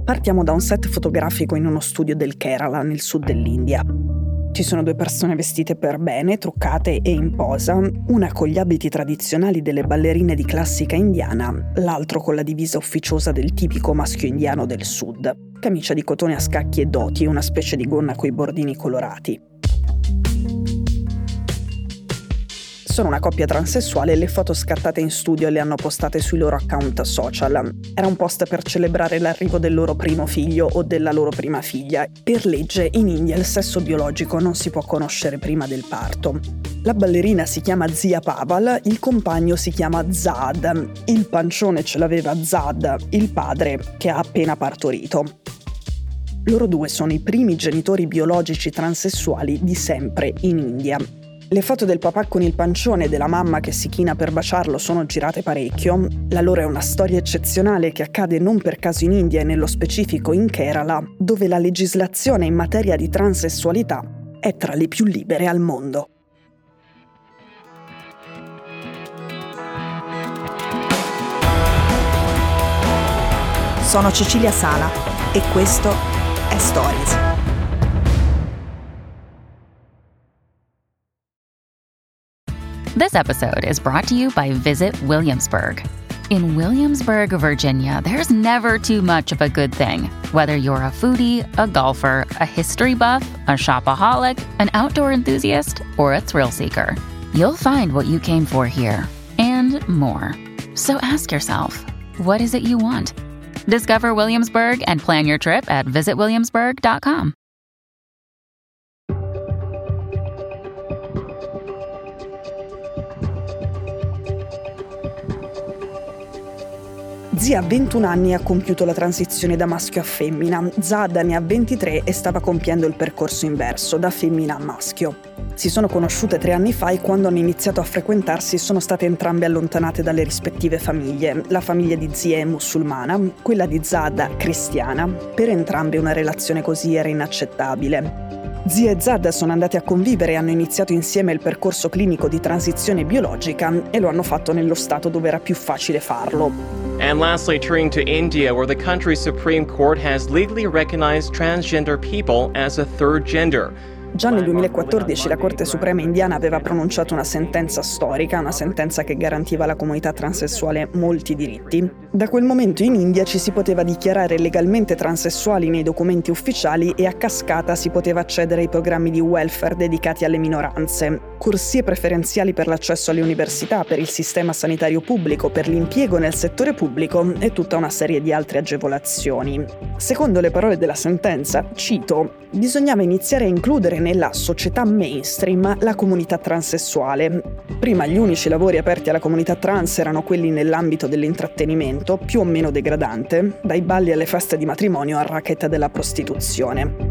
Partiamo da un set fotografico in uno studio del Kerala, nel sud dell'India. Ci sono due persone vestite per bene, truccate e in posa, una con gli abiti tradizionali delle ballerine di classica indiana, l'altro con la divisa ufficiosa del tipico maschio indiano del sud, camicia di cotone a scacchi e doti e una specie di gonna coi bordini colorati. Sono una coppia transessuale e le foto scattate in studio le hanno postate sui loro account social. Era un post per celebrare l'arrivo del loro primo figlio o della loro prima figlia. Per legge in India il sesso biologico non si può conoscere prima del parto. La ballerina si chiama Zia Paval, il compagno si chiama Zad. Il pancione ce l'aveva Zad, il padre, che ha appena partorito. Loro due sono i primi genitori biologici transessuali di sempre in India. Le foto del papà con il pancione e della mamma che si china per baciarlo sono girate parecchio. La loro è una storia eccezionale che accade non per caso in India e nello specifico in Kerala, dove la legislazione in materia di transessualità è tra le più libere al mondo. Sono Cecilia Sala e questo è Stories. This episode is brought to you by Visit Williamsburg. In Williamsburg, Virginia, there's never too much of a good thing. Whether you're a foodie, a golfer, a history buff, a shopaholic, an outdoor enthusiast, or a thrill seeker, you'll find what you came for here and more. So ask yourself, what is it you want? Discover Williamsburg and plan your trip at visitwilliamsburg.com. Zia a 21 anni ha compiuto la transizione da maschio a femmina, Zada ne ha 23 e stava compiendo il percorso inverso, da femmina a maschio. Si sono conosciute 3 anni fa e quando hanno iniziato a frequentarsi sono state entrambe allontanate dalle rispettive famiglie. La famiglia di Zia è musulmana, quella di Zada cristiana. Per entrambe una relazione così era inaccettabile. Zia e Zad sono andate a convivere e hanno iniziato insieme il percorso clinico di transizione biologica e lo hanno fatto nello stato dove era più facile farlo. And lastly, turning to India, where the country's Supreme Court has legally recognized transgender people as a third gender. Già nel 2014 la Corte Suprema indiana aveva pronunciato una sentenza storica, una sentenza che garantiva alla comunità transessuale molti diritti. Da quel momento in India ci si poteva dichiarare legalmente transessuali nei documenti ufficiali e a cascata si poteva accedere ai programmi di welfare dedicati alle minoranze, corsie preferenziali per l'accesso alle università, per il sistema sanitario pubblico, per l'impiego nel settore pubblico e tutta una serie di altre agevolazioni. Secondo le parole della sentenza, cito, bisognava iniziare a includere nella società mainstream la comunità transessuale. Prima gli unici lavori aperti alla comunità trans erano quelli nell'ambito dell'intrattenimento, più o meno degradante, dai balli alle feste di matrimonio al racket della prostituzione.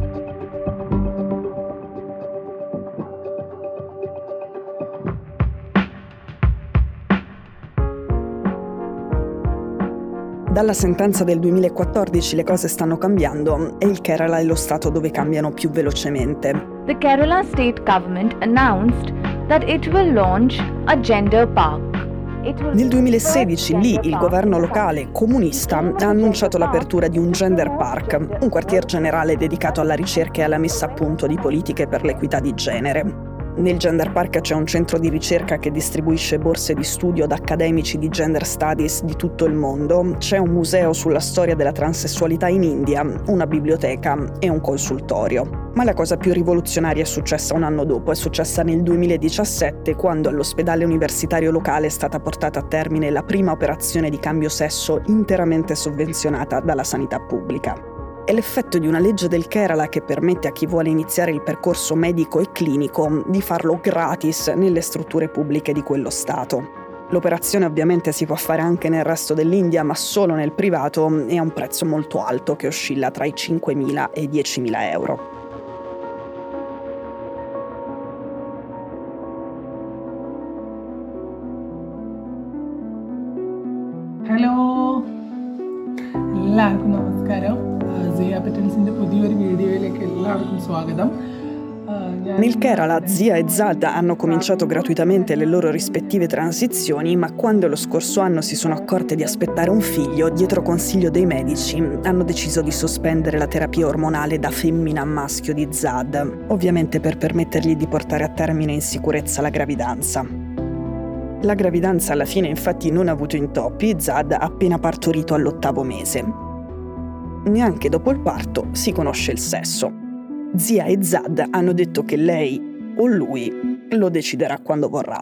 Dalla sentenza del 2014 le cose stanno cambiando e il Kerala è lo stato dove cambiano più velocemente. The Kerala state government announced that it will launch a gender park. Nel 2016 lì il governo locale comunista ha annunciato l'apertura di un gender park, un quartier generale dedicato alla ricerca e alla messa a punto di politiche per l'equità di genere. Nel Gender Park c'è un centro di ricerca che distribuisce borse di studio ad accademici di gender studies di tutto il mondo, c'è un museo sulla storia della transessualità in India, una biblioteca e un consultorio. Ma la cosa più rivoluzionaria è successa un anno dopo, è successa nel 2017 quando all'ospedale universitario locale è stata portata a termine la prima operazione di cambio sesso interamente sovvenzionata dalla sanità pubblica. È l'effetto di una legge del Kerala che permette a chi vuole iniziare il percorso medico e clinico di farlo gratis nelle strutture pubbliche di quello Stato. L'operazione ovviamente si può fare anche nel resto dell'India, ma solo nel privato e a un prezzo molto alto che oscilla tra i 5.000 e i 10.000 euro. ഹലോ എല്ലാവർക്കും നമസ്കാരം. സിയ പെറ്റൻസിൻ്റെ പുതിയൊരു വീഡിയോയിലേക്ക് എല്ലാവർക്കും സ്വാഗതം. Nel Kerala, Zia e Zad hanno cominciato gratuitamente le loro rispettive transizioni, ma quando lo scorso anno si sono accorte di aspettare un figlio, dietro consiglio dei medici, hanno deciso di sospendere la terapia ormonale da femmina a maschio di Zad, ovviamente per permettergli di portare a termine in sicurezza la gravidanza. La gravidanza alla fine infatti non ha avuto intoppi, Zad ha appena partorito all'8° mese. Neanche dopo il parto si conosce il sesso. Zia e Zad hanno detto che lei o lui lo deciderà quando vorrà.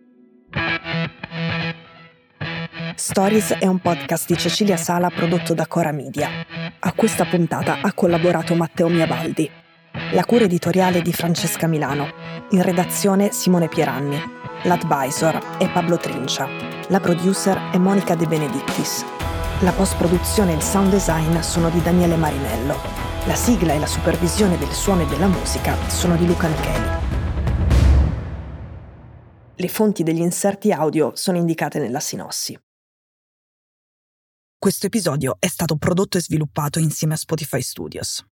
Stories è un podcast di Cecilia Sala prodotto da Cora Media. A questa puntata ha collaborato Matteo Miabaldi. La cura editoriale di Francesca Milano. In redazione Simone Pieranni. L'advisor è Pablo Trincia. La producer è Monica De Benedictis. La post-produzione e il sound design sono di Daniele Marinello. La sigla e la supervisione del suono e della musica sono di Luca Micheli. Le fonti degli inserti audio sono indicate nella sinossi. Questo episodio è stato prodotto e sviluppato insieme a Spotify Studios.